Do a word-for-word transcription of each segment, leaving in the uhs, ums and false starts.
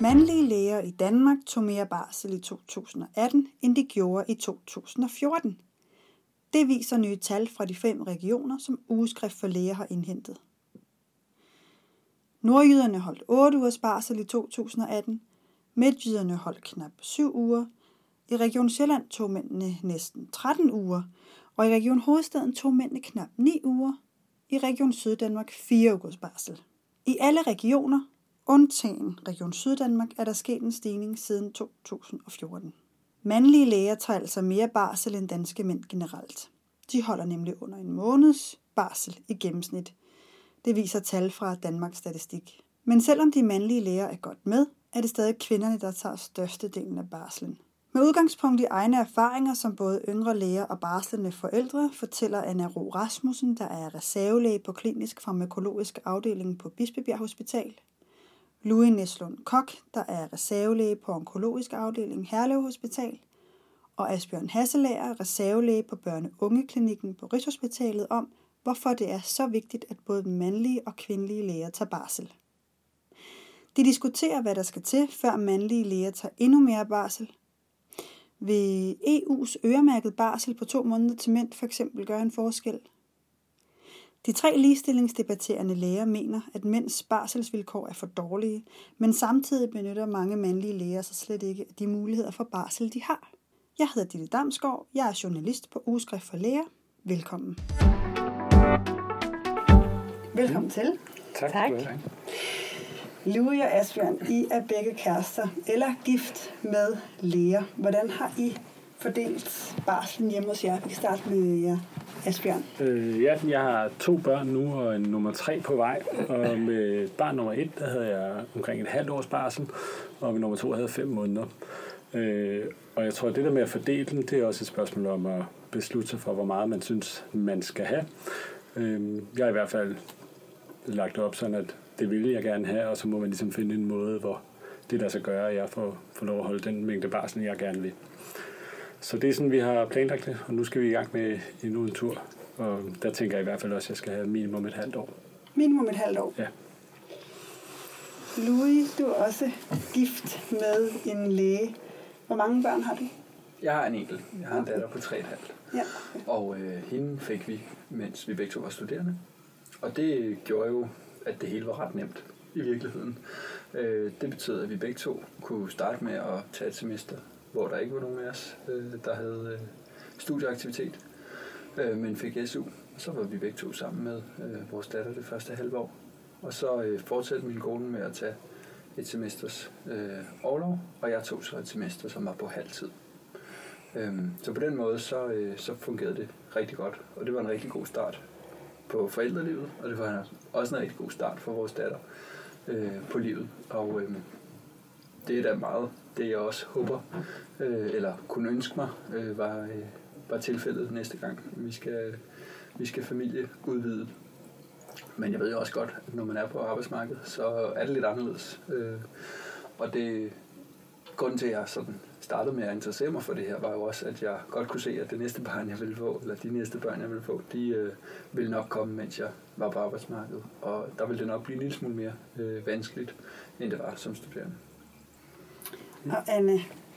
Mandlige læger i Danmark tog mere barsel i to tusind og atten, end de gjorde i to tusind og fjorten. Det viser nye tal fra de fem regioner, som Ugeskrift for Læger har indhentet. Nordjyderne holdt otte ugers barsel i to tusind og atten, midtjyderne holdt knap syv uger, i Region Sjælland tog mændene næsten tretten uger, og i Region Hovedstaden tog mændene knap ni uger, i Region Syddanmark fire ugers barsel. I alle regioner, undtagen Region Syddanmark, er der sket en stigning siden to tusind og fjorten. Mandlige læger tager altså mere barsel end danske mænd generelt. De holder nemlig under en måneds barsel i gennemsnit. Det viser tal fra Danmarks Statistik. Men selvom de mandlige læger er godt med, er det stadig kvinderne, der tager størstedelen af barslen. Med udgangspunkt i egne erfaringer som både yngre læger og barslende forældre, fortæller Anna Ro Rasmussen, der er reservelæge på klinisk farmakologisk afdeling på Bispebjerg Hospital, Louis Næslund Kok, der er reservelæge på onkologisk afdeling Herlev Hospital, og Asbjørn Hasselager, reservelæge på børne-ungeklinikken på Rigshospitalet om, hvorfor det er så vigtigt, at både mandlige og kvindelige læger tager barsel. De diskuterer, hvad der skal til, før mandlige læger tager endnu mere barsel. Vil E U's øremærket barsel på to måneder til mænd for eksempel gøre en forskel? De tre ligestillingsdebatterende læger mener, at mænds barselsvilkår er for dårlige, men samtidig benytter mange mandlige læger sig slet ikke af de muligheder for barsel, de har. Jeg hedder Ditte Damsgaard, jeg er journalist på Ugeskrift for Læger. Velkommen. Velkommen til. Tak. Tak. Louis og Asbjørn, I er begge kærester eller gift med læger. Hvordan har I fordelt barslen hjemme hos jer? Vi kan starte med jer, Asbjørn. Øh, ja, jeg har to børn nu og en nummer tre på vej. Og med barn nummer et, der havde jeg omkring et halvt års barsel, og med nummer to havde jeg fem måneder. Øh, og jeg tror, at det der med at fordele den, det er også et spørgsmål om at beslutte sig for, hvor meget man synes, man skal have. Øh, jeg har i hvert fald lagt op sådan, at det vil jeg gerne have, og så må man ligesom finde en måde, hvor det der skal gøre, at jeg får, får lov at holde den mængde barsel, jeg gerne vil. Så det er sådan, vi har planlagt det, og nu skal vi i gang med endnu en tur. Og der tænker jeg i hvert fald også, at jeg skal have minimum et halvt år. Minimum et halvt år? Ja. Louis, du er også gift med en læge. Hvor mange børn har du? Jeg har en enkelt. Jeg har en datter på tre komma fem. Ja. Og øh, hende fik vi, mens vi begge to var studerende. Og det gjorde jo, at det hele var ret nemt i virkeligheden. Øh, det betød, at vi begge to kunne starte med at tage et semester, hvor der ikke var nogen af os, øh, der havde øh, studieaktivitet, øh, men fik S U. Og så var vi begge to sammen med øh, vores datter det første halve år. Og så øh, fortsatte min kone med at tage et semesters øh, orlov, og jeg tog så et semester, som var på halv tid. Øh, så på den måde, så, øh, så fungerede det rigtig godt, og det var en rigtig god start på forældrelivet, og det var også en rigtig god start for vores datter øh, på livet. Og øh, det er da meget det, jeg også håber, øh, eller kunne ønske mig, øh, var, øh, var tilfældet næste gang, vi skal, vi skal familieudvide. Men jeg ved jo også godt, at når man er på arbejdsmarkedet, så er det lidt anderledes. Øh, og det grunden til, at jeg sådan startede med at interessere mig for det her, var jo også, at jeg godt kunne se, at det næste barn, jeg ville få, eller de næste børn, jeg ville få, de øh, ville nok komme, mens jeg var på arbejdsmarkedet. Og der ville det nok blive en lille smule mere øh, vanskeligt, end det var som studerende. Og Anne,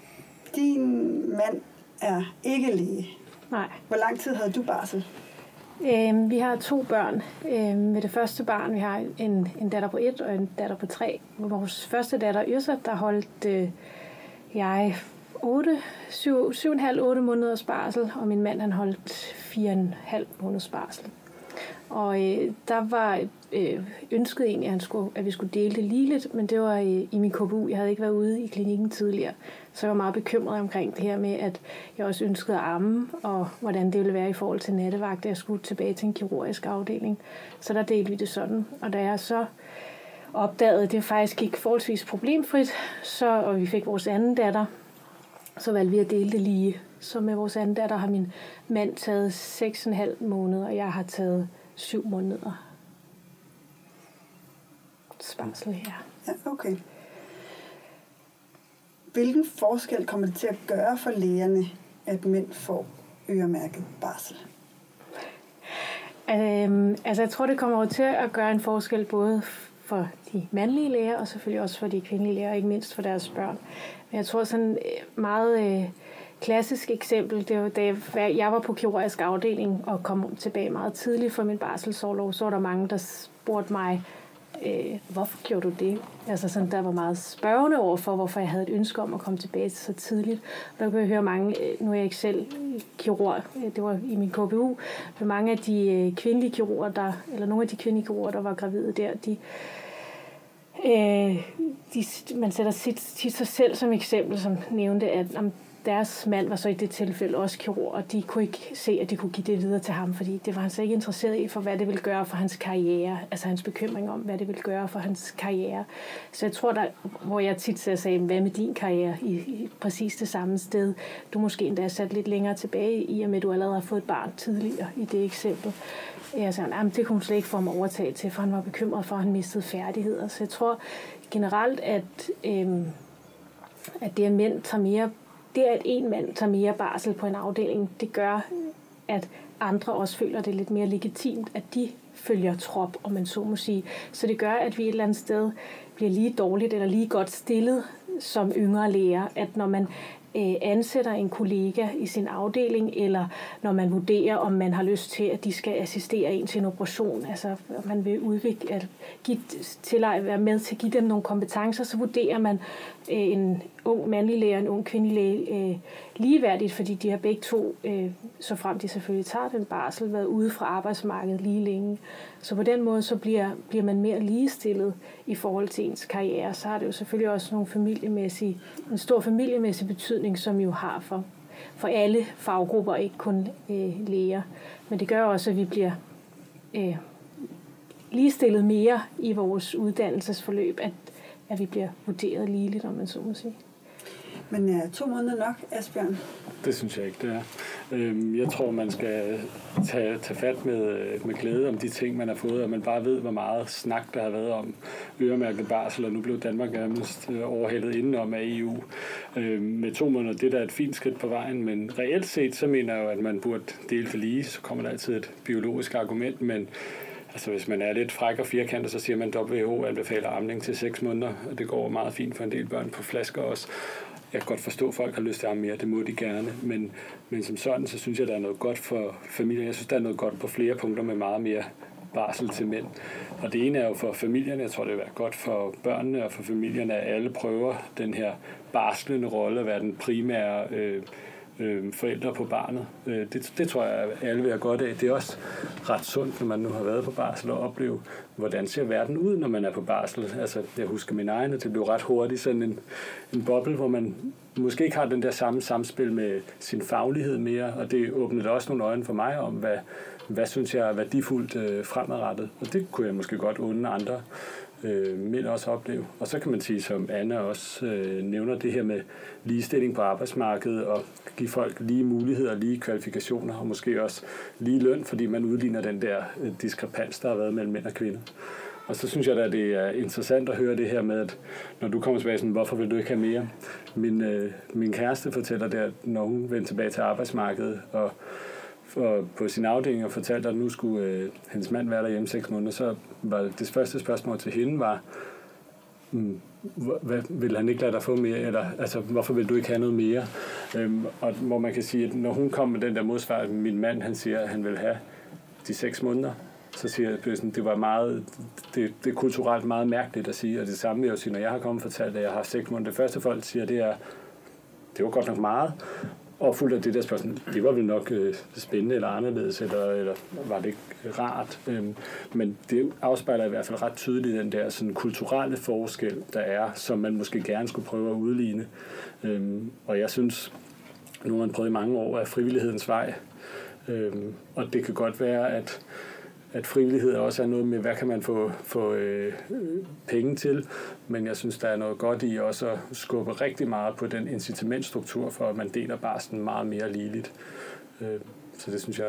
din mand er ikke læge. Nej. Hvor lang tid havde du barsel? Øhm, vi har to børn. Øhm, med det første barn, vi har en, en datter på et og en datter på tre. Vores første datter, Yrsa, der holdt øh, jeg otte, syv, syv og en halv, otte måneders barsel, og min mand, han holdt fire og en halv måneders barsel. Og øh, der var øh, ønsket egentlig, at, han skulle, at vi skulle dele det ligeligt, men det var øh, i min K B U. Jeg havde ikke været ude i klinikken tidligere, så jeg var meget bekymret omkring det her med, at jeg også ønskede at amme, og hvordan det ville være i forhold til nattevagt, at jeg skulle tilbage til en kirurgisk afdeling. Så der delte vi det sådan, og da jeg så opdagede, at det faktisk gik forholdsvis problemfrit, så, og vi fik vores anden datter, så valgte vi at dele det lige. Så med vores anden datter har min mand taget seks og en halv måneder, og jeg har taget syv måneder. Sparsel her. Ja, okay. Hvilken forskel kommer det til at gøre for lægerne, at mænd får øremærket barsel? Øhm, altså jeg tror, det kommer til at gøre en forskel både for de mandlige læger, og selvfølgelig også for de kvindelige læger, og ikke mindst for deres børn. Men jeg tror sådan meget øh, klassisk eksempel, det var da jeg var på kirurgisk afdeling og kom tilbage meget tidligt fra min barselsorlov, så var der mange, der spurgte mig, øh, hvorfor gjorde du det? Altså sådan, der var meget spørgende over for, hvorfor jeg havde et ønske om at komme tilbage så tidligt. Og der kunne jeg høre mange, nu er jeg ikke selv kirurg, det var i min K B U, men mange af de kvindelige kirurger, der, eller nogle af de kvindelige kirurger, der var gravide der, de, øh, de man sætter sit, sit sig selv som eksempel, som nævnte, at om deres mand var så i det tilfælde også kirurg, og de kunne ikke se, at de kunne give det videre til ham, fordi det var han så ikke interesseret i for, hvad det ville gøre for hans karriere, altså hans bekymring om, hvad det ville gøre for hans karriere. Så jeg tror, der, hvor jeg tit sagde, hvad med din karriere i, i præcis det samme sted, du måske endda er sat lidt længere tilbage i, og med at du allerede har fået et barn tidligere i det eksempel. Jeg sagde, at det kunne hun slet ikke få mig overtage til, for han var bekymret for, at han mistede færdigheder. Så jeg tror generelt, at, øhm, at det, at mænd tager mere Det, at en mand tager mere barsel på en afdeling, det gør, at andre også føler det lidt mere legitimt, at de følger trop, om man så må sige. Så det gør, at vi et eller andet sted bliver lige dårligt eller lige godt stillet som yngre læger, at når man øh, ansætter en kollega i sin afdeling, eller når man vurderer, om man har lyst til, at de skal assistere en til en operation, altså man vil udvikle, at give, til at være med til at give dem nogle kompetencer, så vurderer man øh, en ung mandlig læge og en ung kvindelig læge øh, ligeværdigt, fordi de har begge to, øh, så frem de selvfølgelig tager den barsel, været ude fra arbejdsmarkedet lige længe. Så på den måde, så bliver, bliver man mere ligestillet i forhold til ens karriere. Så har det jo selvfølgelig også nogle familiemæssige, en stor familiemæssig betydning, som jo har for, for alle faggrupper, ikke kun øh, læger. Men det gør også, at vi bliver øh, ligestillet mere i vores uddannelsesforløb, at, at vi bliver vurderet ligeligt, om man så må sige. Men er to måneder nok, Asbjørn? Det synes jeg ikke, det er. Jeg tror, man skal tage, tage fat med, med glæde om de ting, man har fået, og man bare ved, hvor meget snak, der har været om øremærket barsel, og nu blev Danmark nærmest overhældet indenom af E U. Med to måneder, det der er et fint skridt på vejen, men reelt set, så mener jeg jo, at man burde dele det lige, så kommer der altid et biologisk argument, men altså, hvis man er lidt fræk og firkantet, så siger man, at W H O anbefaler amning til seks måneder, og det går meget fint for en del børn på flasker også. Jeg kan godt forstå, at folk har lyst til at amme mere, det må de gerne, men, men som sådan, så synes jeg, der er noget godt for familien. Jeg synes, der er noget godt på flere punkter med meget mere barsel til mænd. Og det ene er jo for familierne, jeg tror, det vil være godt for børnene og for familierne, at alle prøver den her barslende rolle at være den primære øh, øh, forældre på barnet. Øh, det, det tror jeg, at alle vil have godt af. Det er også ret sundt, når man nu har været på barsel og opleve, hvordan ser verden ud, når man er på barsel. Altså, jeg husker min egen, det blev ret hurtigt sådan en, en boble, hvor man måske ikke har den der samme samspil med sin faglighed mere, og det åbnede også nogle øjne for mig om, hvad, hvad synes jeg er værdifuldt øh, fremadrettet. Og det kunne jeg måske godt unde andre øh, mænd også opleve. Og så kan man sige, som Anna også øh, nævner, det her med ligestilling på arbejdsmarkedet og give folk lige muligheder, lige kvalifikationer og måske også lige løn, fordi man udligner den der øh, diskrepans, der har været mellem mænd og kvinder. Og så synes jeg da, det er interessant at høre det her med, at når du kommer tilbage, sådan, hvorfor vil du ikke have mere? Min, øh, min kæreste fortæller det, at når hun vendte tilbage til arbejdsmarkedet og for, på sin afdeling og fortalte, at nu skulle øh, hendes mand være der hjemme seks måneder, så var det første spørgsmål til hende var, hmm, hvad, vil han ikke lade dig få mere? Eller, altså, hvorfor vil du ikke have noget mere? Øhm, og hvor man kan sige, at når hun kom med den der modsvar, at min mand, han siger, at han vil have de seks måneder, så siger jeg, at det var meget, det, det er kulturelt meget mærkeligt at sige, og det samme vil jeg sige, når jeg har kommet og fortalt, at jeg har seks måneder. Det første folk siger, det er, det var godt nok meget, og fuldt af det der spørgsmål, det var vel nok øh, spændende eller anderledes, eller, eller var det ikke rart. Øhm, men det afspejler i hvert fald ret tydeligt den der sådan, kulturelle forskel, der er, som man måske gerne skulle prøve at udligne. Øhm, og jeg synes, nu har man prøvet i mange år, af frivillighedens vej, øhm, og det kan godt være, at at frivillighed også er noget med, hvad kan man få, få øh, penge til, men jeg synes, der er noget godt i også at skubbe rigtig meget på den incitamentstruktur, for at man deler barslen meget mere ligeligt. Øh, så det synes jeg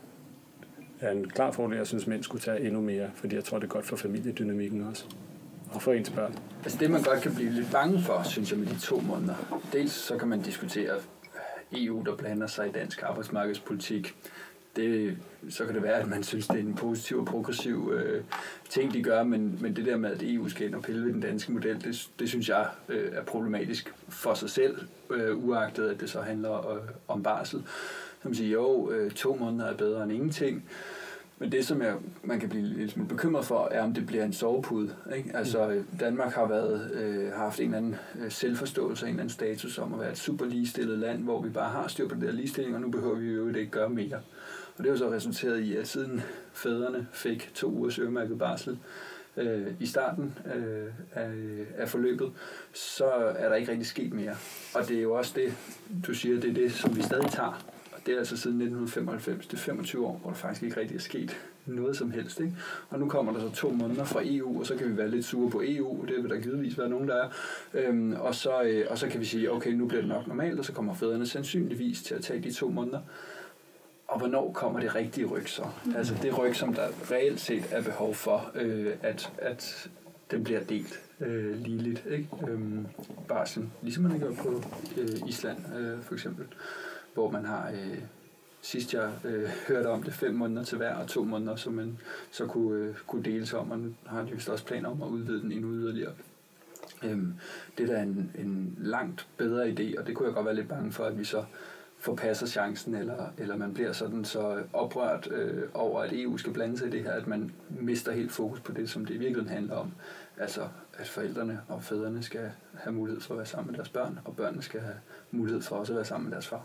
er en klar fordel, jeg synes, mænd skulle tage endnu mere, fordi jeg tror, det er godt for familiedynamikken også, og for ens børn. Altså det, man godt kan blive lidt bange for, synes jeg, med de to måneder. Dels så kan man diskutere E U, der blander sig i dansk arbejdsmarkedspolitik. det, så kan det være, at man synes, det er en positiv og progressiv øh, ting, de gør, men, men det der med, at E U skal ind og pille ved den danske model, det, det synes jeg øh, er problematisk for sig selv, øh, uagtet at det så handler øh, om barsel. Som siger, jo, øh, to måneder er bedre end ingenting. Men det, som jeg, man kan blive lidt smule bekymret for, er, om det bliver en sovepude. Ikke? Altså, Danmark har, været, øh, har haft en eller anden selvforståelse, en eller anden status om at være et super ligestillet land, hvor vi bare har styr på det der ligestilling, og nu behøver vi jo ikke gøre mere. Og det har jo så resulteret i, at siden fædrene fik to ugers øremærket barsel øh, i starten øh, af, af forløbet, så er der ikke rigtig sket mere. Og det er jo også det, du siger, det er det, som vi stadig tager. Det er altså siden nitten femoghalvfems, det er femogtyve år, hvor der faktisk ikke rigtig er sket noget som helst. Ikke? Og nu kommer der så to måneder fra E U, og så kan vi være lidt sure på E U, det vil der givetvis være nogen, der er. Øhm, og, så, øh, og så kan vi sige, okay, nu bliver det nok normalt, og så kommer fædrene sandsynligvis til at tage de to måneder. Og hvornår kommer det rigtige ryg så? Mm. Altså det ryg, som der reelt set er behov for, øh, at, at den bliver delt øh, ligeligt. Ikke? Øhm, barslen, ligesom man gør på øh, Island øh, for eksempel, hvor man har, øh, sidst jeg øh, hørte om det, fem måneder til hver og to måneder, som man så kunne, øh, kunne dele sig om, og nu har de vist også planer om at udvide den endnu yderligere. Øhm, det er da en, en langt bedre idé, og det kunne jeg godt være lidt bange for, at vi så forpasser chancen, eller, eller man bliver sådan så oprørt øh, over, at E U skal blande sig i det her, at man mister helt fokus på det, som det i virkeligheden handler om. Altså, at forældrene og fædrene skal have mulighed for at være sammen med deres børn, og børnene skal have mulighed for også at være sammen med deres far.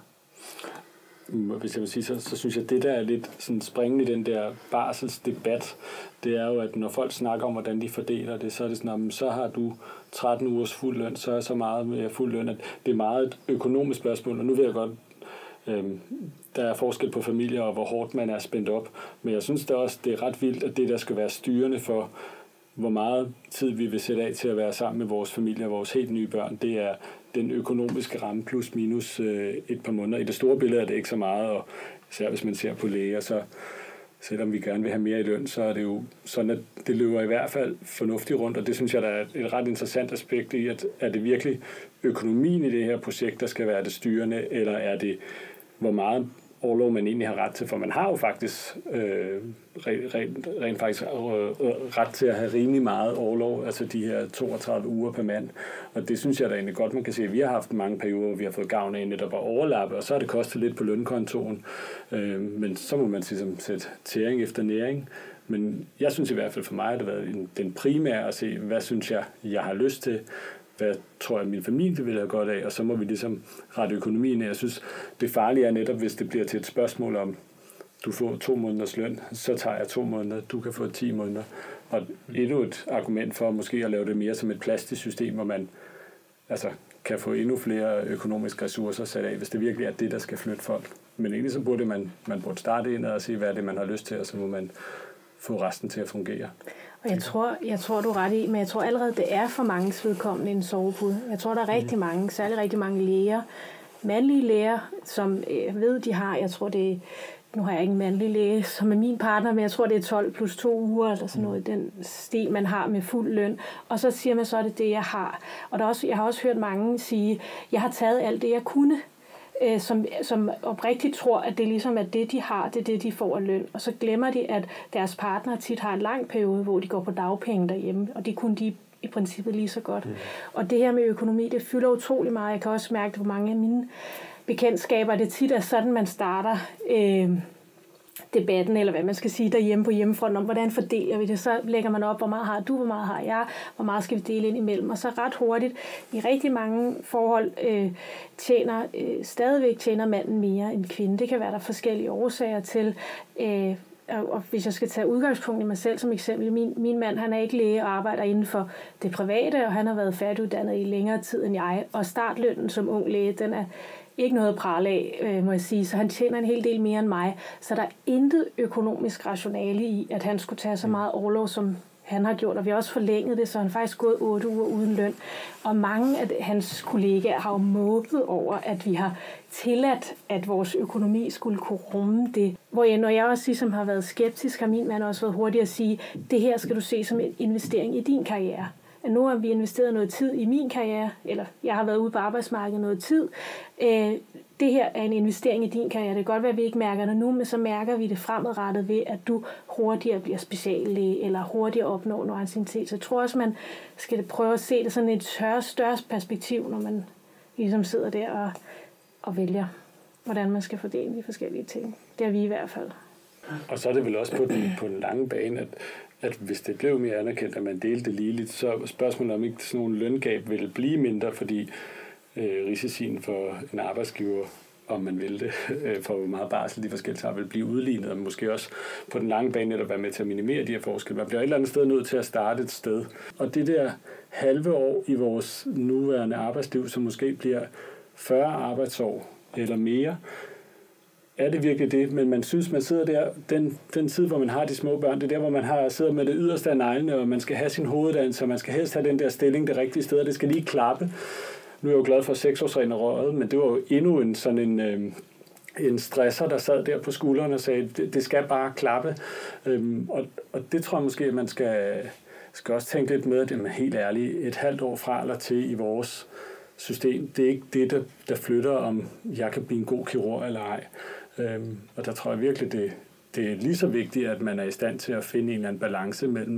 Hvis jeg vil sige, så, så synes jeg, at det der er lidt sådan springende i den der barselsdebat, det er jo, at når folk snakker om, hvordan de fordeler det, så er det sådan, så har du tretten ugers fuld løn, så er så meget med fuld løn, at det er meget et økonomisk spørgsmål, og nu ved jeg godt, øhm, der er forskel på familier, og hvor hårdt man er spændt op, men jeg synes det også, det er ret vildt, at det der skal være styrende for, hvor meget tid vi vil sætte af til at være sammen med vores familie og vores helt nye børn, det er den økonomiske ramme plus minus øh, et par måneder. I det store billede er det ikke så meget, og især hvis man ser på læger, så selvom vi gerne vil have mere i løn, så er det jo sådan, at det løber i hvert fald fornuftigt rundt, og det synes jeg, der er et ret interessant aspekt i, at er det virkelig økonomien i det her projekt, der skal være det styrende, eller er det, hvor meget orlov man egentlig har ret til, for man har jo faktisk øh, rent, rent, rent faktisk øh, ret til at have rimelig meget orlov, altså de her toogtredive uger per mand, og det synes jeg da egentlig godt, man kan se, at vi har haft mange perioder, hvor vi har fået gavn af netop at overlappe, og så har det kostet lidt på lønkontoen, øh, men så må man ligesom sætte tæring efter næring, men jeg synes i hvert fald for mig, at det har været en, den primære at se, hvad synes jeg, jeg har lyst til, hvad tror jeg, min familie vil have godt af, og så må vi ligesom rette økonomien af. Jeg synes, det farlige er netop, hvis det bliver til et spørgsmål om, du får to måneders løn, så tager jeg to måneder, du kan få ti måneder. Og endnu et argument for måske at lave det mere som et plastisk system, hvor man altså, kan få endnu flere økonomiske ressourcer sat af, hvis det virkelig er det, der skal flytte folk. Men egentlig så burde man, man burde starte ind og se, hvad det man har lyst til, og så må man få resten til at fungere. Og jeg tror, jeg tror, du er ret i, men jeg tror allerede, det er for mange vedkommende en sovepude. Jeg tror, der er rigtig mange, særligt rigtig mange læger, mandlige læger, som jeg ved, de har, jeg tror, det er, nu har jeg ikke en mandlig læge, som er min partner, men jeg tror, det er tolv plus to uger, eller sådan noget, den stil, man har med fuld løn. Og så siger man, så er det det, jeg har. Og der er også, jeg har også hørt mange sige, jeg har taget alt det, jeg kunne, øh, som, som oprigtigt tror, at det ligesom er det, de har, det er det, de får af løn. Og så glemmer de, at deres partner tit har en lang periode, hvor de går på dagpenge derhjemme, og det kunne de i princippet lige så godt. Mm. Og det her med økonomi, det fylder utrolig meget. Jeg kan også mærke, hvor mange af mine bekendtskaber, det tit er sådan, man starter øh, debatten, eller hvad man skal sige, derhjemme på hjemmefronten, om hvordan fordeler vi det. Så lægger man op, hvor meget har du, hvor meget har jeg, hvor meget skal vi dele ind imellem. Og så ret hurtigt, i rigtig mange forhold, øh, tjener, øh, stadigvæk tjener manden mere end kvinden. Det kan være der forskellige årsager til. Øh, og hvis jeg skal tage udgangspunkt i mig selv som eksempel, min, min mand, han er ikke læge og arbejder inden for det private, og han har været færdiguddannet i længere tid end jeg. Og startlønnen som ung læge, den er ikke noget at prale af, øh, må jeg sige, så han tjener en hel del mere end mig. Så der er intet økonomisk rationale i, at han skulle tage så meget orlov, som han har gjort, og vi har også forlænget det, så han faktisk gået otte uger uden løn. Og mange af hans kollegaer har jo måbet over, at vi har tilladt, at vores økonomi skulle kunne rumme det. Hvor jeg, når jeg også ligesom har været skeptisk, har min mand også været hurtig at sige, det her skal du se som en investering i din karriere. at nu har vi investeret noget tid i min karriere, eller jeg har været ude på arbejdsmarkedet noget tid. Øh, det her er en investering i din karriere. Det kan godt være, at vi ikke mærker det nu, men så mærker vi det fremadrettet ved, at du hurtigere bliver speciallæge, eller hurtigere opnår noget anciennitet. Så jeg tror også, man skal prøve at se det sådan et større, større perspektiv, når man ligesom sidder der og, og vælger, hvordan man skal fordele de forskellige ting. Det er vi i hvert fald. Og så er det vel også på den, på den lange bane, at, at hvis det blev mere anerkendt, at man delte det ligeligt, så spørgsmålet om ikke sådan nogle løngab ville blive mindre, fordi øh, risicien for en arbejdsgiver, om man vil det, øh, for hvor meget barsel de forskellige tager, vil blive udlignet, og måske også på den lange bane eller være med til at minimere de her forskelle. Man bliver et eller andet sted nødt til at starte et sted. Og det der halve år i vores nuværende arbejdsliv, som måske bliver fyrre arbejdsår eller mere, er det virkelig det, men man synes, man sidder der, den, den tid, hvor man har de små børn, det er der, hvor man har sidder med det yderste af neglene, og man skal have sin hoveduddannelse, og man skal helst have den der stilling det rigtige sted, og det skal lige klappe. Nu er jeg jo glad for seksårsreglen og røget, men det var jo endnu en sådan en, øh, en stresser, der sad der på skulderen og sagde, det, det skal bare klappe. Øhm, og, og det tror jeg måske, at man skal, skal også tænke lidt med, at det er helt ærligt, et halvt år fra eller til i vores system, det er ikke det, der, der flytter, om jeg kan blive en god kirurg eller ej. Øhm, og der tror jeg virkelig, det, det er lige så vigtigt, at man er i stand til at finde en eller anden balance mellem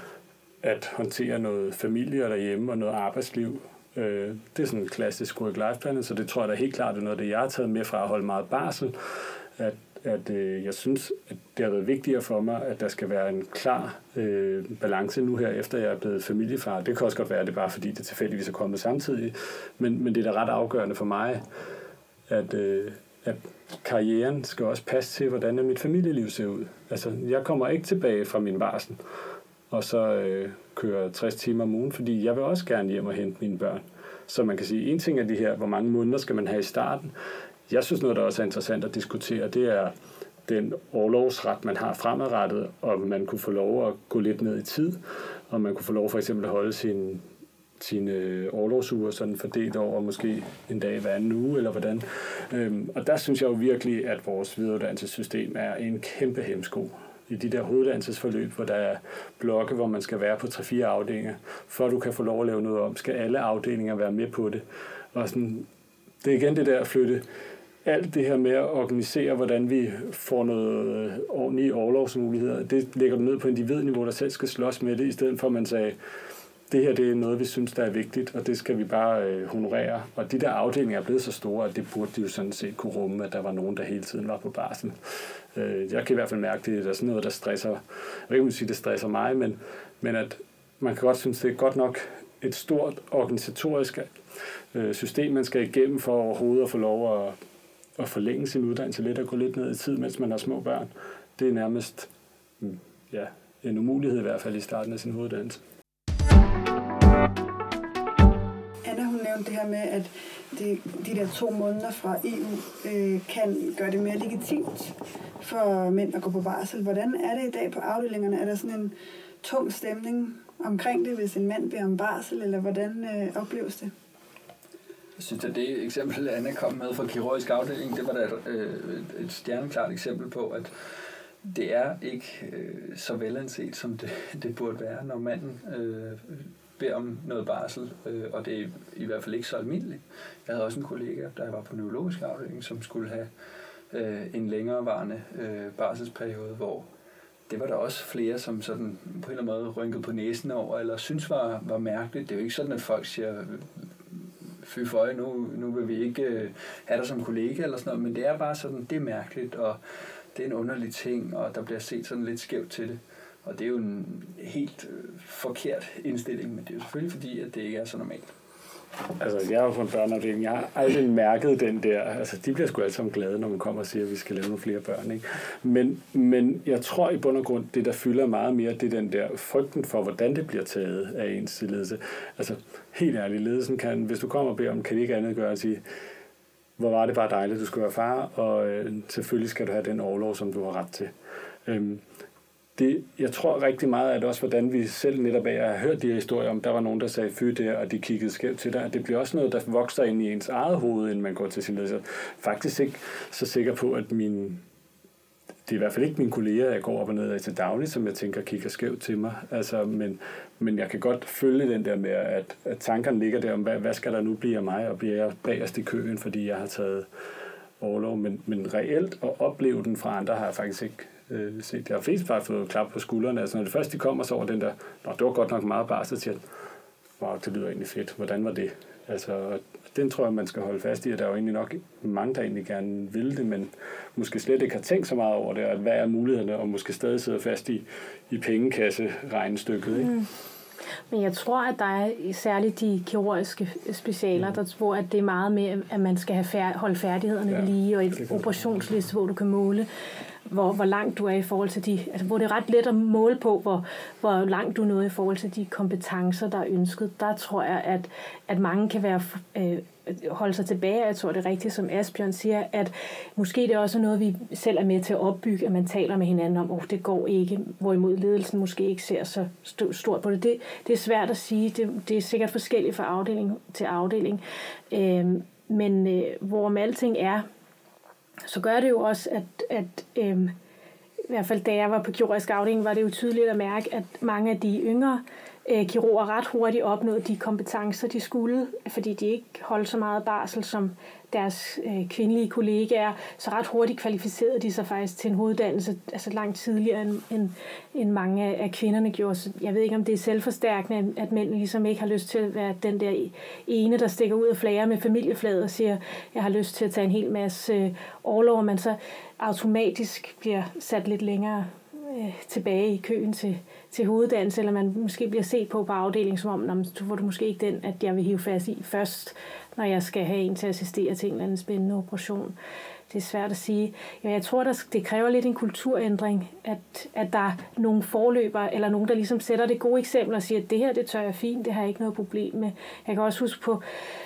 at håndtere noget familie derhjemme og noget arbejdsliv. Øh, det er sådan en klassisk work-life-plan, så det tror jeg da helt klart er noget af det, jeg har taget med fra at holde meget barsel, at, at øh, jeg synes, at det har været vigtigere for mig, at der skal være en klar øh, balance nu her, efter jeg er blevet familiefar. Det kan også godt være, at det er bare fordi, det tilfældigvis er kommet samtidig, men, men det er da ret afgørende for mig, at, øh, at karrieren skal også passe til, hvordan mit familieliv ser ud. Altså, jeg kommer ikke tilbage fra min barsel, og så øh, kører tres timer om ugen, fordi jeg vil også gerne hjem og hente mine børn. Så man kan sige, en ting er de her, hvor mange måneder skal man have i starten. Jeg synes noget, der også er interessant at diskutere, det er den orlovsret, man har fremadrettet, og man kunne få lov at gå lidt ned i tid, og man kunne få lov for eksempel at holde sin sine orlovsuger sådan fordelt over måske en dag hver anden uge, eller hvordan. Øhm, og der synes jeg jo virkelig, at vores videreuddannelsessystem er en kæmpe hemsko. I de der hoveduddannelsesforløb, hvor der er blokke, hvor man skal være på tre fire afdelinger, for du kan få lov at lave noget om, skal alle afdelinger være med på det. Og sådan, det er igen det der at flytte alt det her med at organisere, hvordan vi får noget ordentlige orlovsmuligheder, det lægger du ned på individniveau, der selv skal slås med det, i stedet for at man sagde, det her det er noget, vi synes, der er vigtigt, og det skal vi bare øh, honorere. Og de der afdelinger er blevet så store, at det burde de jo sådan set kunne rumme, at der var nogen, der hele tiden var på barsel. Øh, jeg kan i hvert fald mærke, at det er sådan noget, der stresser, jeg vil ikke sige, det stresser mig, men, men at man kan godt synes, det er godt nok et stort organisatorisk øh, system, man skal igennem for overhovedet at få lov at, at forlænge sin uddannelse lidt og gå lidt ned i tid, mens man har små børn. Det er nærmest ja, en umulighed i hvert fald i starten af sin hoveduddannelse. Anna, hun nævnte det her med, at det, de der to måneder fra E U øh, kan gøre det mere legitimt for mænd at gå på barsel. Hvordan er det i dag på afdelingerne? Er der sådan en tung stemning omkring det, hvis en mand beder om barsel, eller hvordan øh, opleves det? Jeg synes, at det eksempel, Anna kom med fra kirurgisk afdeling, det var da et, øh, et stjerneklart eksempel på, at det er ikke øh, så velanset, som det, det burde være, når manden øh, beder om noget barsel, øh, og det er i hvert fald ikke så almindeligt. Jeg havde også en kollega, der var på neurologisk afdeling, som skulle have øh, en længerevarende øh, barselsperiode, hvor det var der også flere, som sådan på en eller anden måde rynkede på næsen over, eller synes var, var mærkeligt. Det er jo ikke sådan, at folk siger, fy for øje, nu, nu vil vi ikke øh, have dig som kollega, eller sådan noget, men det er bare sådan, det er mærkeligt, og det er en underlig ting, og der bliver set sådan lidt skævt til det. Og det er jo en helt øh, forkert indstilling, men det er jo selvfølgelig fordi, at det ikke er så normalt. Altså, jeg er jo på en børneafdeling. Jeg har aldrig mærket den der. Altså, de bliver sgu alle sammen glade, når man kommer og siger, at vi skal lave nogle flere børn, ikke? Men, men jeg tror i bund og grund, det der fylder meget mere, det er den der frygten for, hvordan det bliver taget af ens ledelse. Altså, helt ærligt, ledelsen kan, hvis du kommer og beder om, kan det ikke andet gøre at sige, hvor var det bare dejligt, du skulle være far, og øh, selvfølgelig skal du have den orlov, som du har ret til. Øhm, Det, jeg tror rigtig meget, at også hvordan vi selv netop af har hørt de her historier om, der var nogen, der sagde fy der, og de kiggede skævt til dig, at det bliver også noget, der vokser ind i ens eget hoved, inden man går til sin ledelse. Faktisk ikke så sikker på, at min, det er i hvert fald ikke mine kolleger, jeg går op og ned af til dagligt, som jeg tænker kigger skævt til mig, altså, men, men jeg kan godt følge den der med, at, at tankerne ligger der om, hvad, hvad skal der nu blive af mig, og bliver jeg bagerst i køen, fordi jeg har taget orlov, men, men reelt at opleve den fra andre har jeg faktisk ikke øh, set. Jeg har flest bare fået klap på skuldrene, altså når det først de kommer så over den der, nå, det var godt nok meget barsel til, at wow, det lyder egentlig fedt, hvordan var det? Altså, den tror jeg, man skal holde fast i, at der er jo egentlig nok mange, der egentlig gerne vil det, men måske slet ikke har tænkt så meget over det, og hvad er mulighederne, og måske stadig sidder fast i, i pengekasse-regnestykket, ikke? Mm. Men jeg tror, at der er særligt de kirurgiske specialer, mm. der, hvor at det er meget med, at man skal have fær- holde færdighederne ja, ved lige, og et operationsliste, hvor du kan måle, hvor, hvor langt du er i forhold til de, altså hvor det er ret let at måle på, hvor, hvor langt du er nået i forhold til de kompetencer, der er ønsket. Der tror jeg, at, at mange kan være øh, holde sig tilbage. Jeg tror, det er rigtigt, som Asbjørn siger, at måske det er også noget, vi selv er med til at opbygge, at man taler med hinanden om, oh, det går ikke, hvorimod ledelsen måske ikke ser så stort på det. Det, det er svært at sige. Det, det er sikkert forskelligt fra afdeling til afdeling. Øh, men øh, hvorom alting er, så gør det jo også, at, at øhm, i hvert fald da jeg var på kirurgisk afdeling, var det jo tydeligt at mærke, at mange af de yngre øh, kirurger ret hurtigt opnåede de kompetencer, de skulle, fordi de ikke holdt så meget barsel som deres øh, kvindelige kollegaer, så ret hurtigt kvalificerede de sig faktisk til en hoveduddannelse, altså langt tidligere end, end, end mange af kvinderne gjorde. Så jeg ved ikke, om det er selvforstærkende, at mænd ligesom ikke har lyst til at være den der ene, der stikker ud og flager med familieflaget og siger, jeg har lyst til at tage en hel masse øh, orlov, og man så automatisk bliver sat lidt længere øh, tilbage i køen til, til hoveduddannelse, eller man måske bliver set på på afdelingen, som om, så var du måske ikke den, at jeg vil hive fast i først, når jeg skal have en til at assistere til en eller anden spændende operation. Det er svært at sige. Ja, jeg tror, der, det kræver lidt en kulturændring, at, at der er nogle forløbere, eller nogen, der ligesom sætter det gode eksempel og siger, at det her, det tør jeg fint, det har jeg ikke noget problem med. Jeg kan også huske på,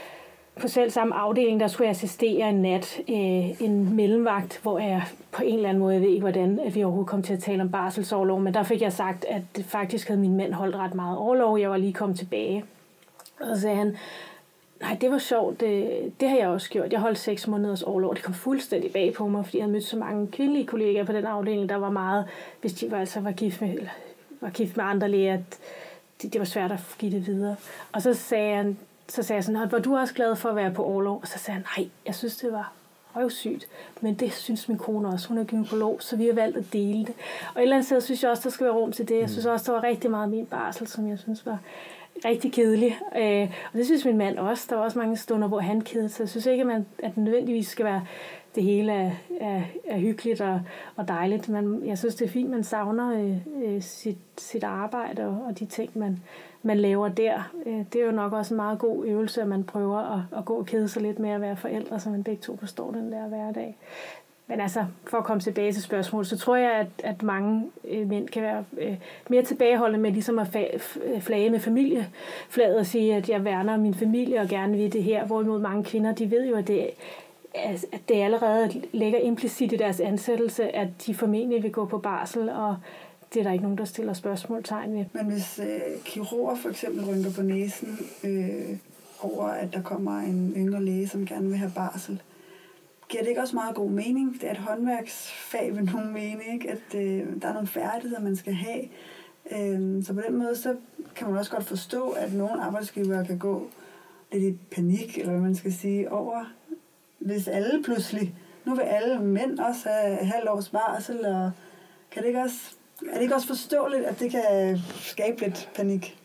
på selv samme afdeling, der skulle jeg assistere en nat, øh, en mellemvagt, hvor jeg på en eller anden måde, jeg ved ikke hvordan, at vi overhovedet kom til at tale om barselsorlov, men der fik jeg sagt, at det faktisk havde min mand holdt ret meget orlov, jeg var lige kommet tilbage. Og så sagde han, nej, det var sjovt, det, det har jeg også gjort. Jeg holdt seks måneders orlov, det kom fuldstændig bag på mig, fordi jeg havde mødt så mange kvindelige kollegaer på den afdeling, der var meget, hvis de var, altså var, gift med, eller var gift med andre læger, at det, det var svært at give det videre. Og så sagde han, så sagde jeg sådan, var du også glad for at være på orlov? Og så sagde han, nej, jeg synes, det var røvsygt, men det synes min kone også. Hun er gynekolog, så vi har valgt at dele det. Og et eller andet sted synes jeg også, der skal være rum til det. Jeg synes også, der var rigtig meget af min barsel, som jeg synes var rigtig kedelig. Øh, og det synes min mand også. Der var også mange stunder, hvor han kedede sig. Jeg synes ikke, at, man, at det nødvendigvis skal være det hele er, er, er hyggeligt og, og dejligt. Men jeg synes, det er fint, man savner øh, sit, sit arbejde og, og de ting, man, man laver der. Øh, det er jo nok også en meget god øvelse, at man prøver at, at gå og kede sig lidt med at være forældre, så man begge to forstår den der hverdag. Men altså, for at komme tilbage til spørgsmålet, så tror jeg, at, at mange øh, mænd kan være øh, mere tilbageholdende med ligesom at fa- flage med familieflaget og sige, at jeg værner om min familie og gerne vil det her. Hvorimod mange kvinder, de ved jo, at det, at det allerede ligger implicit i deres ansættelse, at de formentlig vil gå på barsel, og det er der ikke nogen, der stiller spørgsmålstegn ved. Men hvis øh, kirurger for eksempel rynker på næsen øh, over, at der kommer en yngre læge, som gerne vil have barsel, giver det ikke også meget god mening? Det er et håndværksfag ved nogen mening, ikke? At øh, der er nogle færdigheder, man skal have. Øh, så på den måde, så kan man også godt forstå, at nogle arbejdsgivere kan gå lidt i panik, eller hvad man skal sige, over, hvis alle pludselig, nu vil alle mænd også have halv års barsel, og kan det ikke også, er det ikke også forståeligt, at det kan skabe lidt panik?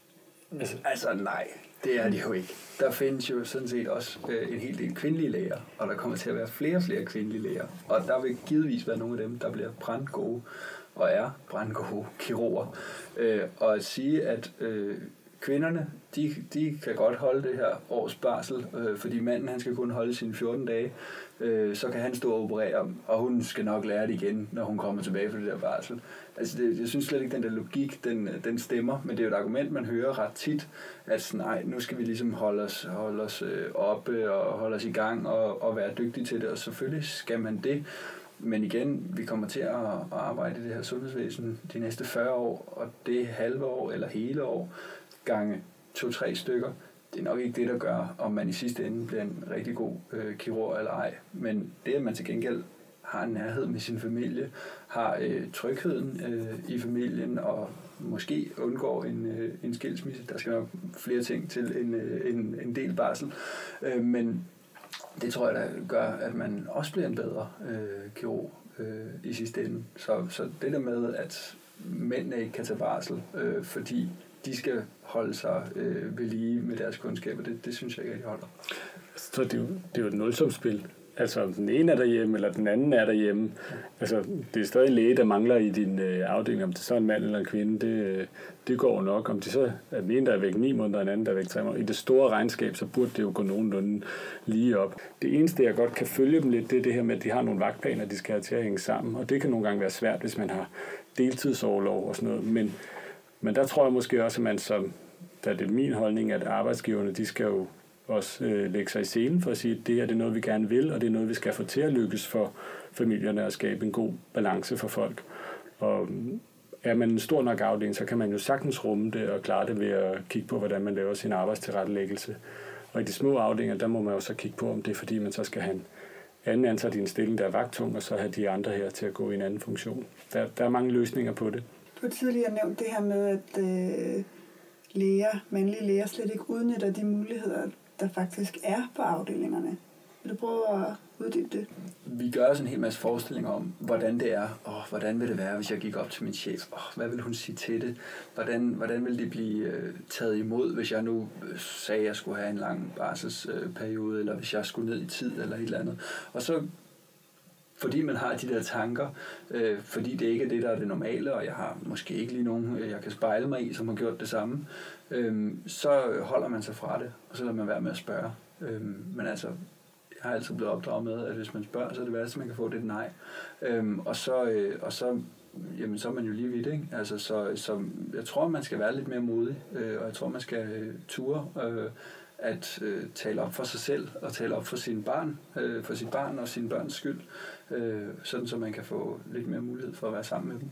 Altså nej, det er det jo ikke. Der findes jo sådan set også øh, en hel del kvindelige læger, og der kommer til at være flere og flere kvindelige læger. Og der vil givetvis være nogle af dem, der bliver brandgode og er brandgode kirurger. Øh, og at sige, at øh, kvinderne, de, de kan godt holde det her års barsel, øh, fordi manden han skal kun holde sine fjorten dage, øh, så kan han stå og operere, og hun skal nok lære det igen, når hun kommer tilbage fra det der barsel. Altså det, jeg synes slet ikke, den der logik, den, den stemmer, men det er jo et argument, man hører ret tit, at nej, nu skal vi ligesom holde os, holde os øh, oppe og holde os i gang og, og være dygtige til det, og selvfølgelig skal man det. Men igen, vi kommer til at arbejde i det her sundhedsvæsen de næste fyrre år, og det halve år eller hele år, gange to-tre stykker, det er nok ikke det, der gør, om man i sidste ende bliver en rigtig god øh, kirurg eller ej. Men det, at man til gengæld har en nærhed med sin familie, har øh, trygheden øh, i familien og måske undgår en, øh, en skilsmisse. Der skal nok flere ting til en, øh, en, en del barsel. Øh, men det tror jeg, der gør, at man også bliver en bedre øh, kirurg øh, i sidste ende. Så, så det der med, at mændene ikke kan tage barsel, øh, fordi de skal holde sig øh, ved lige med deres kundskaber, det, det synes jeg ikke, at de holder. Så det er jo, det er jo et nulsumsspil. Altså, om den ene er derhjemme, eller den anden er derhjemme. Altså, det er stadig læge, der mangler i din øh, afdeling. Om det så er en mand eller en kvinde, det, det går nok. Om det så er den ene, der er væk ni måneder, og den anden, der er væk tre måneder. I det store regnskab, så burde det jo gå nogenlunde lige op. Det eneste, jeg godt kan følge dem lidt, det er det her med, at de har nogle vagtplaner, de skal have til at hænge sammen. Og det kan nogle gange være svært, hvis man har deltidsoverlov og sådan noget. Men, men der tror jeg måske også, at man som, der er det min holdning, at arbejdsgiverne, de skal jo også øh, lægge sig i scenen for at sige, at det her det er noget, vi gerne vil, og det er noget, vi skal få til at lykkes for familierne at skabe en god balance for folk. Og er man en stor nok afdeling, så kan man jo sagtens rumme det og klare det ved at kigge på, hvordan man laver sin arbejdstilrettelæggelse. Og i de små afdelinger, der må man jo så kigge på, om det er fordi, man så skal have en anden ansat i en stilling, der er vagttung, og så have de andre her til at gå i en anden funktion. Der, der er mange løsninger på det. Du har tidligere nævnt det her med, at øh, læger, mandlige læger slet ikke udnytter de muligheder, der faktisk er på afdelingerne. Vil du prøve at uddybe det? Vi gør også en hel masse forestillinger om, hvordan det er, og hvordan vil det være, hvis jeg gik op til min chef, og hvad vil hun sige til det? Hvordan, hvordan vil det blive øh, taget imod, hvis jeg nu øh, sagde, at jeg skulle have en lang barselsperiode, øh, eller hvis jeg skulle ned i tid, eller et eller andet. Og så, fordi man har de der tanker, øh, fordi det ikke er det, der er det normale, og jeg har måske ikke lige nogen, øh, jeg kan spejle mig i, som har gjort det samme, øh, så holder man sig fra det, og så lader man være med at spørge. Øh, men altså, jeg har altid blevet opdraget med, at hvis man spørger, så er det værste, man kan få, det er et nej. Øhm, og så, øh, og så, jamen, så er man jo lige vidt, ikke? Altså, så, så jeg tror, man skal være lidt mere modig, øh, og jeg tror, man skal øh, ture øh, at øh, tale op for sig selv, og tale op for sine barn, øh, for sit barn og sine børns skyld, øh, sådan så man kan få lidt mere mulighed for at være sammen med dem.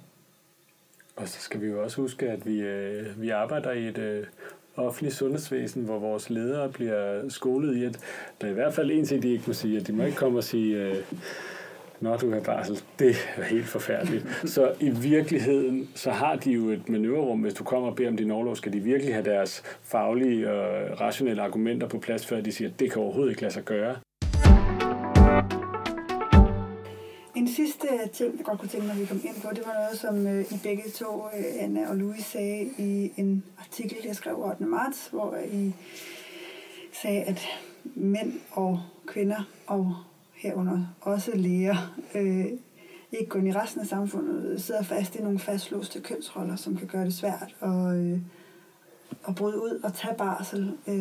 Og så skal vi jo også huske, at vi, øh, vi arbejder i et øh, offentligt sundhedsvæsen, hvor vores ledere bliver skolet i, at der er i hvert fald en ting, de ikke må sige, at de må ikke komme og sige, øh, når du har barsel, det er helt forfærdeligt. Så i virkeligheden, så har de jo et manøvrerum, hvis du kommer og beder om din orlov, skal de virkelig have deres faglige og rationelle argumenter på plads, før de siger, at det kan overhovedet ikke lade sig gøre. En sidste ting, jeg godt kunne tænke mig, at vi kom ind på, det var noget, som øh, I begge to, øh, Anna og Louis, sagde i en artikel, jeg skrev ottende marts, hvor I sagde, at mænd og kvinder, og herunder også læger, øh, ikke kun i resten af samfundet, sidder fast i nogle fastlåste kønsroller, som kan gøre det svært at, øh, at bryde ud og tage barsel. Øh,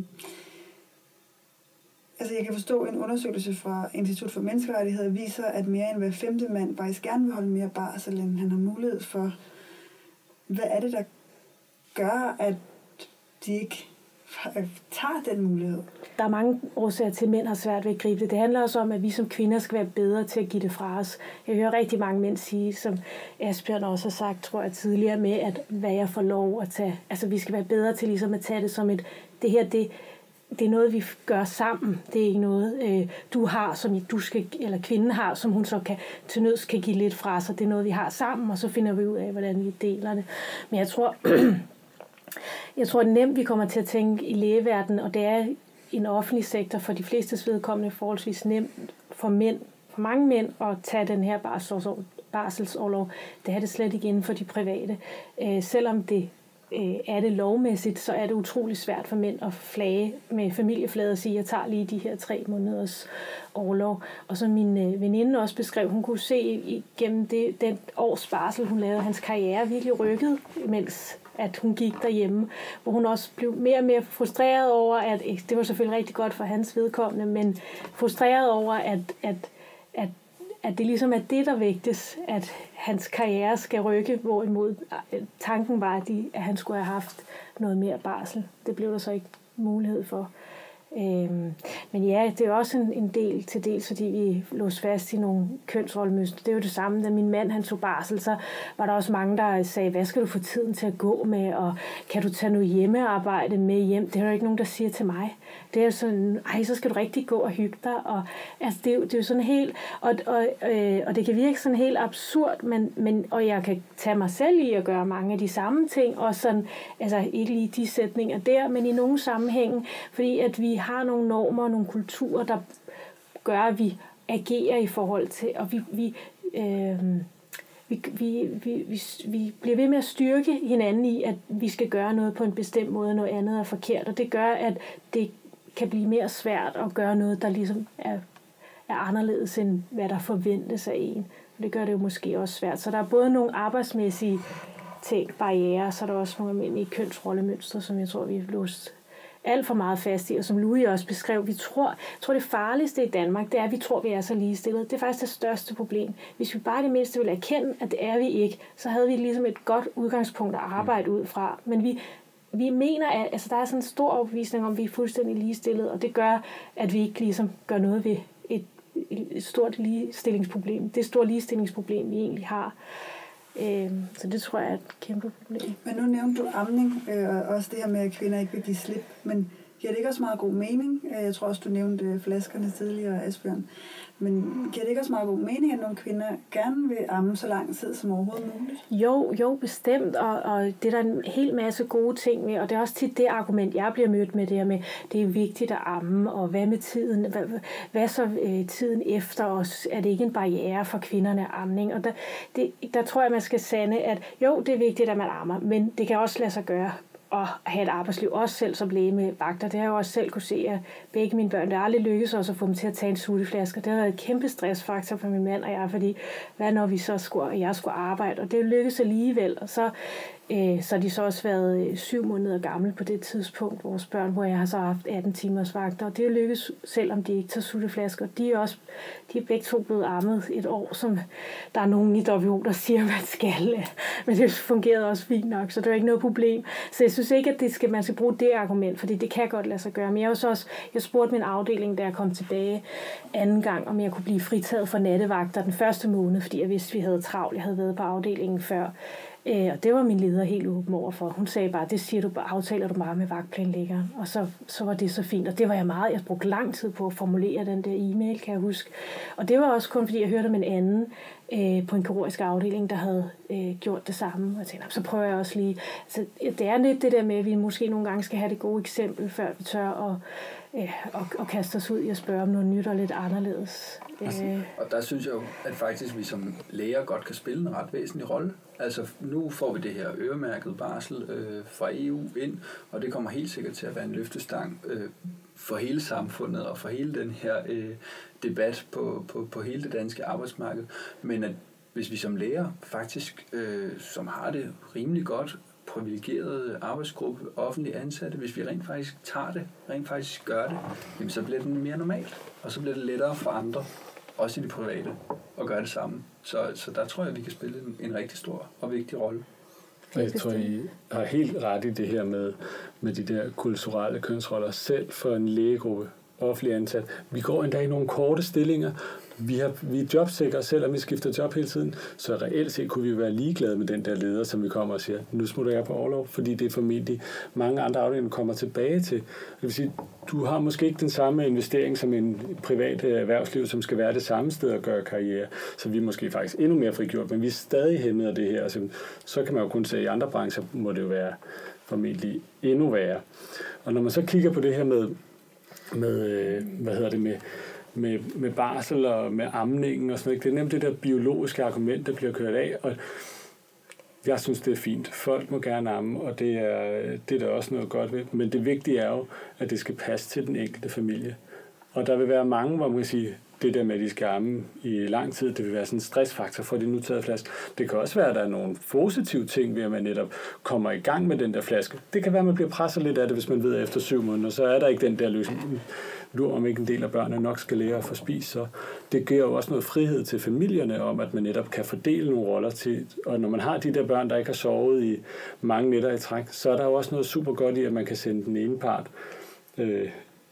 Altså, jeg kan forstå, en undersøgelse fra Institut for Menneskerettigheder viser, at mere end hver femte mand faktisk gerne vil holde mere barsel, end han har mulighed for. Hvad er det, der gør, at de ikke tager den mulighed? Der er mange årsager til, at mænd har svært ved at gribe det. Det handler også om, at vi som kvinder skal være bedre til at give det fra os. Jeg hører rigtig mange mænd sige, som Asbjørn også har sagt, tror jeg tidligere, med, at hvad jeg får lov at tage. Altså, vi skal være bedre til ligesom at tage det som et, det her, det Det er noget, vi gør sammen. Det er ikke noget, øh, du har, som du skal, eller kvinden har, som hun så kan, til nøds kan give lidt fra sig. Det er noget, vi har sammen, og så finder vi ud af, hvordan vi deler det. Men jeg tror, jeg tror, det er nemt, vi kommer til at tænke i lægeverdenen, og det er en offentlig sektor for de flestes vedkommende forholdsvis nemt for mænd, for mange mænd, at tage den her barselsorlov. Det er det slet ikke inden for de private. Øh, selvom det er det lovmæssigt, så er det utrolig svært for mænd at flage med familieflade og sige, at jeg tager lige de her tre måneders orlov. Og så min øh, veninde også beskrev, hun kunne se igennem det, den års barsel, hun lavede, hans karriere virkelig rykket, mens at hun gik derhjemme, hvor hun også blev mere og mere frustreret over, at det var selvfølgelig rigtig godt for hans vedkommende, men frustreret over, at, at, at at det ligesom er det, der vægtes, at hans karriere skal rykke, hvorimod tanken var, at, de, at han skulle have haft noget mere barsel. Det blev der så ikke mulighed for. Øhm, men ja, det er også en, en del til dels, fordi vi låste fast i nogle kønsrollemønstre. Det er jo det samme, da min mand han tog barsel, så var der også mange, der sagde, hvad skal du få tiden til at gå med, og kan du tage noget hjemmearbejde med hjem? Det er jo ikke nogen, der siger til mig. Det er jo sådan, ej, så skal du rigtig gå og hygge dig. Og, altså, det, er jo, det er jo sådan helt, og, og, øh, og det kan virke sådan helt absurd, men, men, og jeg kan tage mig selv i at gøre mange af de samme ting, og sådan, altså ikke lige de sætninger der, men i nogle sammenhænge, fordi at vi har nogle normer og nogle kulturer, der gør, at vi agerer i forhold til, og vi, vi, øh, vi, vi, vi, vi, vi bliver ved med at styrke hinanden i, at vi skal gøre noget på en bestemt måde, og noget andet er forkert, og det gør, at det kan blive mere svært at gøre noget, der ligesom er, er anderledes, end hvad der forventes af en. Og det gør det jo måske også svært. Så der er både nogle arbejdsmæssige ting, barrierer, så er der også nogle almindelige kønsrollemønstre, som jeg tror, vi har låst alt for meget fast i, og som Louis også beskrev, vi tror, jeg tror det farligste i Danmark, det er, at vi tror, vi er så ligestillet. Det er faktisk det største problem. Hvis vi bare det mindste ville erkende, at det er vi ikke, så havde vi ligesom et godt udgangspunkt at arbejde ud fra. Men vi, vi mener, at altså, der er sådan en stor overbevisning om, at vi er fuldstændig ligestillet, og det gør, at vi ikke ligesom gør noget ved et, et stort ligestillingsproblem. Det store ligestillingsproblem, vi egentlig har. Så det tror jeg er et kæmpe problem. Men nu nævnte du amning, og også det her med, at kvinder ikke vil give slip. Men giver det ikke også meget god mening? Jeg tror også, du nævnte flaskerne tidligere, Asbjørn. Men giver det ikke også meget god mening, at nogle kvinder gerne vil amme så lang tid som overhovedet muligt? Jo, jo, bestemt. Og, og det er der en hel masse gode ting med. Og det er også tit det argument, jeg bliver mødt med det her med, det er vigtigt at amme. Og hvad med tiden? Hvad, hvad så øh, tiden efter os? Er det ikke en barriere for kvinderne af amning? Og der, det, der tror jeg, man skal sande, at jo, det er vigtigt, at man ammer. Men det kan også lade sig gøre og have et arbejdsliv, også selv som læge med vagter. Det har jeg jo også selv kunne se, at begge mine børn, det har aldrig lykkedes også at få dem til at tage en sutteflaske. Det har været et kæmpe stressfaktor for min mand og jeg, fordi hvad når vi så skulle, og jeg skulle arbejde, og det lykkedes alligevel. Og så, øh, så har de så også været syv måneder gamle på det tidspunkt, vores børn, hvor jeg har så haft atten timers vagter. Og det lykkedes, selvom de ikke tager sutteflasker. De er også, de er begge to blevet ammet et år, som der er nogen i W H O, der siger, at man skal. Men det fungerede også fint nok, så det var ikke noget problem. Så jeg synes ikke, at det skal, man skal bruge det argument, fordi det kan godt lade sig gøre. Men jeg, også, også, jeg spurgte min afdeling, da jeg kom tilbage anden gang, om jeg kunne blive fritaget for nattevagter den første måned, fordi jeg vidste, at vi havde travlt. Jeg havde været på afdelingen før. Øh, og det var min leder helt åben over for. Hun sagde bare, det siger du, aftaler du bare med vagtplanlæggeren. Og så, så var det så fint. Og det var jeg meget, jeg brugte lang tid på at formulere den der e-mail, kan jeg huske. Og det var også kun, fordi jeg hørte om en anden øh, på en kirurgisk afdeling, der havde øh, gjort det samme. Og jeg tænkte, så prøver jeg også lige. Så det er lidt det der med, at vi måske nogle gange skal have det gode eksempel, før vi tør at øh, og, og kaste os ud i at spørge om noget nyt og lidt anderledes. Altså, og der synes jeg jo, at faktisk vi som læger godt kan spille en ret væsentlig rolle. Altså nu får vi det her øremærket barsel øh, fra E U ind, og det kommer helt sikkert til at være en løftestang øh, for hele samfundet og for hele den her øh, debat på, på, på hele det danske arbejdsmarked. Men at hvis vi som læger faktisk, øh, som har det rimelig godt, privilegerede arbejdsgruppe, offentlige ansatte, hvis vi rent faktisk tager det, rent faktisk gør det, jamen så bliver den mere normalt, og så bliver det lettere for andre, også i det private, at gøre det samme. Så, så der tror jeg, at vi kan spille en, en rigtig stor og vigtig rolle. Jeg tror, I har helt ret i det her med, med de der kulturelle kønsroller. Selv for en lægegruppe, offentlig ansat. Vi går endda i nogle korte stillinger. Vi, har, vi er jobsikre, selvom vi skifter job hele tiden. Så reelt set kunne vi være ligeglade med den der leder, som vi kommer og siger, nu smutter jeg på overlov, fordi det er formentlig mange andre afdelinger kommer tilbage til. Det vil sige, du har måske ikke den samme investering som en privat erhvervsliv, som skal være det samme sted at gøre karriere. Så vi er måske faktisk endnu mere frigjort, men vi er stadig hæmmet af det her. Så, så kan man jo kun se, at i andre brancher må det jo være formentlig endnu værre. Og når man så kigger på det her med, med hvad hedder det, med Med, med barsel og med amningen og sådan noget. Det er nemt det der biologiske argument, der bliver kørt af, og jeg synes, det er fint. Folk må gerne amme, og det er, det er der også noget godt ved. Men det vigtige er jo, at det skal passe til den enkelte familie. Og der vil være mange, hvor man kan sige, det der med, at de skal amme i lang tid, det vil være sådan en stressfaktor for de nu taget flaske. Det kan også være, at der er nogle positive ting ved, at man netop kommer i gang med den der flaske. Det kan være, at man bliver presset lidt af det, hvis man ved, at efter syv måneder, så er der ikke den der løsning. Lur om ikke en del af børnene nok skal lære at få spist, så det giver jo også noget frihed til familierne om, at man netop kan fordele nogle roller til, og når man har de der børn, der ikke har sovet i mange nætter i træk, så er der jo også noget super godt i, at man kan sende den ene part øh,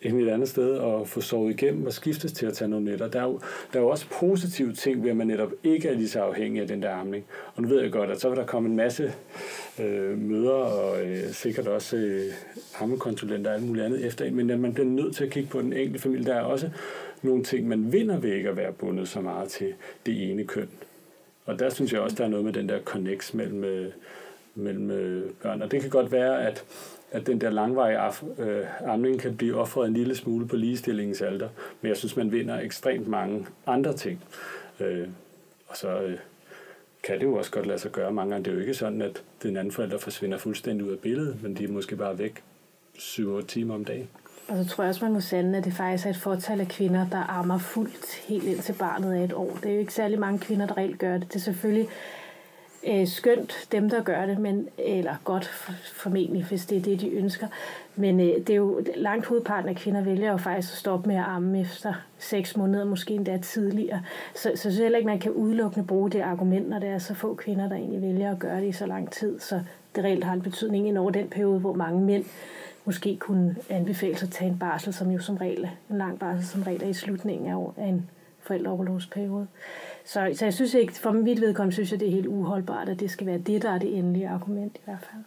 ind et andet sted og få sovet igennem og skiftes til at tage nogle nætter. Der er jo, der er jo også positive ting ved, at man netop ikke er lige så afhængig af den der amning. Og nu ved jeg godt, at så vil der komme en masse øh, møder og øh, sikkert også øh, ammekonsulenter og alt muligt andet efter en, men at man bliver nødt til at kigge på den enkelte familie. Der er også nogle ting, man vinder ved ikke at være bundet så meget til det ene køn. Og der synes jeg også, der er noget med den der connect mellem, øh, mellem øh, børn. Og det kan godt være, at at den der langvarige af, øh, amning kan blive offret en lille smule på ligestillingens alter, men jeg synes, man vinder ekstremt mange andre ting. Øh, og så øh, kan det jo også godt lade sig gøre mange gange. Det er jo ikke sådan, at den anden forælder forsvinder fuldstændig ud af billedet, men de er måske bare væk syv otte timer om dagen. Og så tror jeg også, man må sande, at det faktisk er et fortal af kvinder, der ammer fuldt helt indtil barnet er et år. Det er jo ikke særlig mange kvinder, der reelt gør det. Det er selvfølgelig øh, skønt, dem der gør det, men, eller godt formentlig, hvis det er det, de ønsker. Men øh, det er jo langt hovedparten af kvinder vælger jo faktisk at stoppe med at amme efter seks måneder, måske endda tidligere. Så, så synes jeg heller ikke, man kan udelukkende bruge det argument, når det er så få kvinder, der egentlig vælger at gøre det i så lang tid. Så det reelt har en betydning ind over den periode, hvor mange mænd måske kunne anbefales at tage en barsel, som jo som regel, en lang barsel som regel er i slutningen af en forældreoverlovsperiode. Så, så jeg synes ikke, for mit vedkommende synes jeg, det er helt uholdbart, at det skal være det, der er det endelige argument i hvert fald.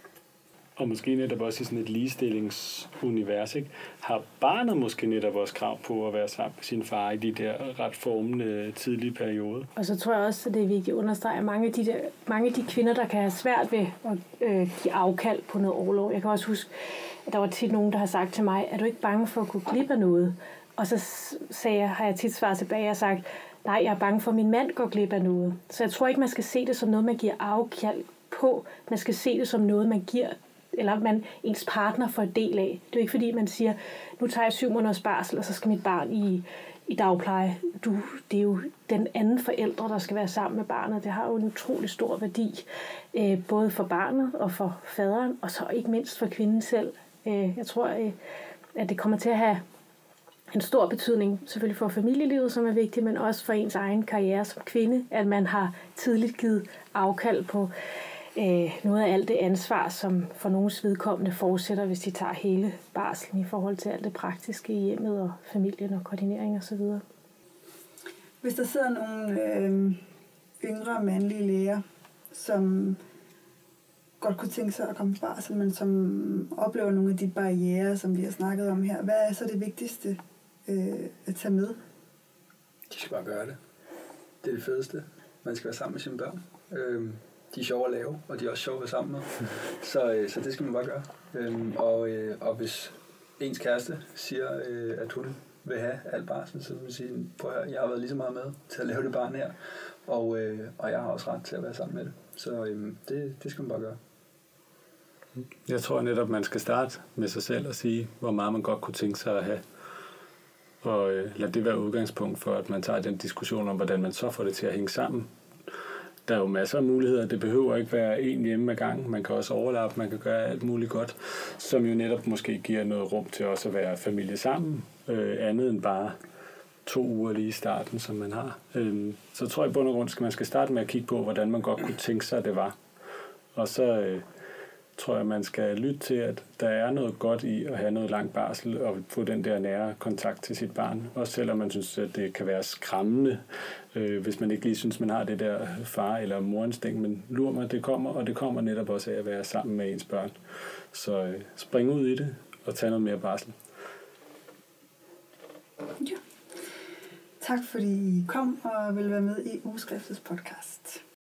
Og måske netop også i sådan et ligestillingsunivers, ikke? Har barnet måske netop også krav på at være sammen med sin far i de der ret formende tidlige perioder? Og så tror jeg også, at det er vigtigt at understrege, at mange af de, der, mange af de kvinder, der kan have svært ved at øh, give afkald på noget orlov. Jeg kan også huske, at der var tit nogen, der har sagt til mig, er du ikke bange for at gå glip af noget? Og så sagde jeg, har jeg tit svaret tilbage og sagt, nej, jeg er bange for, at min mand går glip af noget. Så jeg tror ikke, man skal se det som noget, man giver afkald på. Man skal se det som noget, man giver, eller man ens partner får del af. Det er jo ikke fordi, man siger, nu tager jeg syv måneders barsel, og så skal mit barn i, i dagpleje. Du, det er jo den anden forældre, der skal være sammen med barnet. Det har jo en utrolig stor værdi, øh, både for barnet og for faderen, og så ikke mindst for kvinden selv. Øh, jeg tror, øh, at det kommer til at have en stor betydning, selvfølgelig for familielivet, som er vigtigt, men også for ens egen karriere som kvinde, at man har tidligt givet afkald på øh, noget af alt det ansvar, som for nogens vedkommende fortsætter, hvis de tager hele barslen i forhold til alt det praktiske i hjemmet og familien og koordinering osv. Hvis der sidder nogle øh, yngre mandlige læger, som godt kunne tænke sig at komme på barsel, men som oplever nogle af de barrierer, som vi har snakket om her, hvad er så det vigtigste øh, at tage med? De skal bare gøre det. Det er det fedeste. Man skal være sammen med sine børn. Øh, de er sjove at lave, og de er også sjove at være sammen med. Så, øh, så det skal man bare gøre. Øh, og, øh, og hvis ens kæreste siger, øh, at hun vil have alt barsel, så vil man sige, prøv at høre, jeg har været lige så meget med til at lave det barn her, og, øh, og jeg har også ret til at være sammen med det. Så øh, det, det skal man bare gøre. Jeg tror netop, man skal starte med sig selv og sige, hvor meget man godt kunne tænke sig at have. Og øh, lad det være udgangspunkt for, at man tager den diskussion om, hvordan man så får det til at hænge sammen. Der er jo masser af muligheder. Det behøver ikke være en hjemme ad gang. Man kan også overlappe, man kan gøre alt muligt godt, som jo netop måske giver noget rum til også at være familie sammen. Øh, andet end bare to uger lige i starten, som man har. Øh, så tror jeg i bund og grund, at man skal starte med at kigge på, hvordan man godt kunne tænke sig, at det var. Og så øh, tror jeg, man skal lytte til, at der er noget godt i at have noget lang barsel og få den der nære kontakt til sit barn. Også selvom man synes, at det kan være skræmmende, øh, hvis man ikke lige synes, man har det der far- eller morinstinkt. Men lur mig, det kommer, og det kommer netop også af at være sammen med ens børn. Så øh, spring ud i det og tag noget mere barsel. Ja. Tak fordi I kom og vil være med i Ugeskriftets podcast.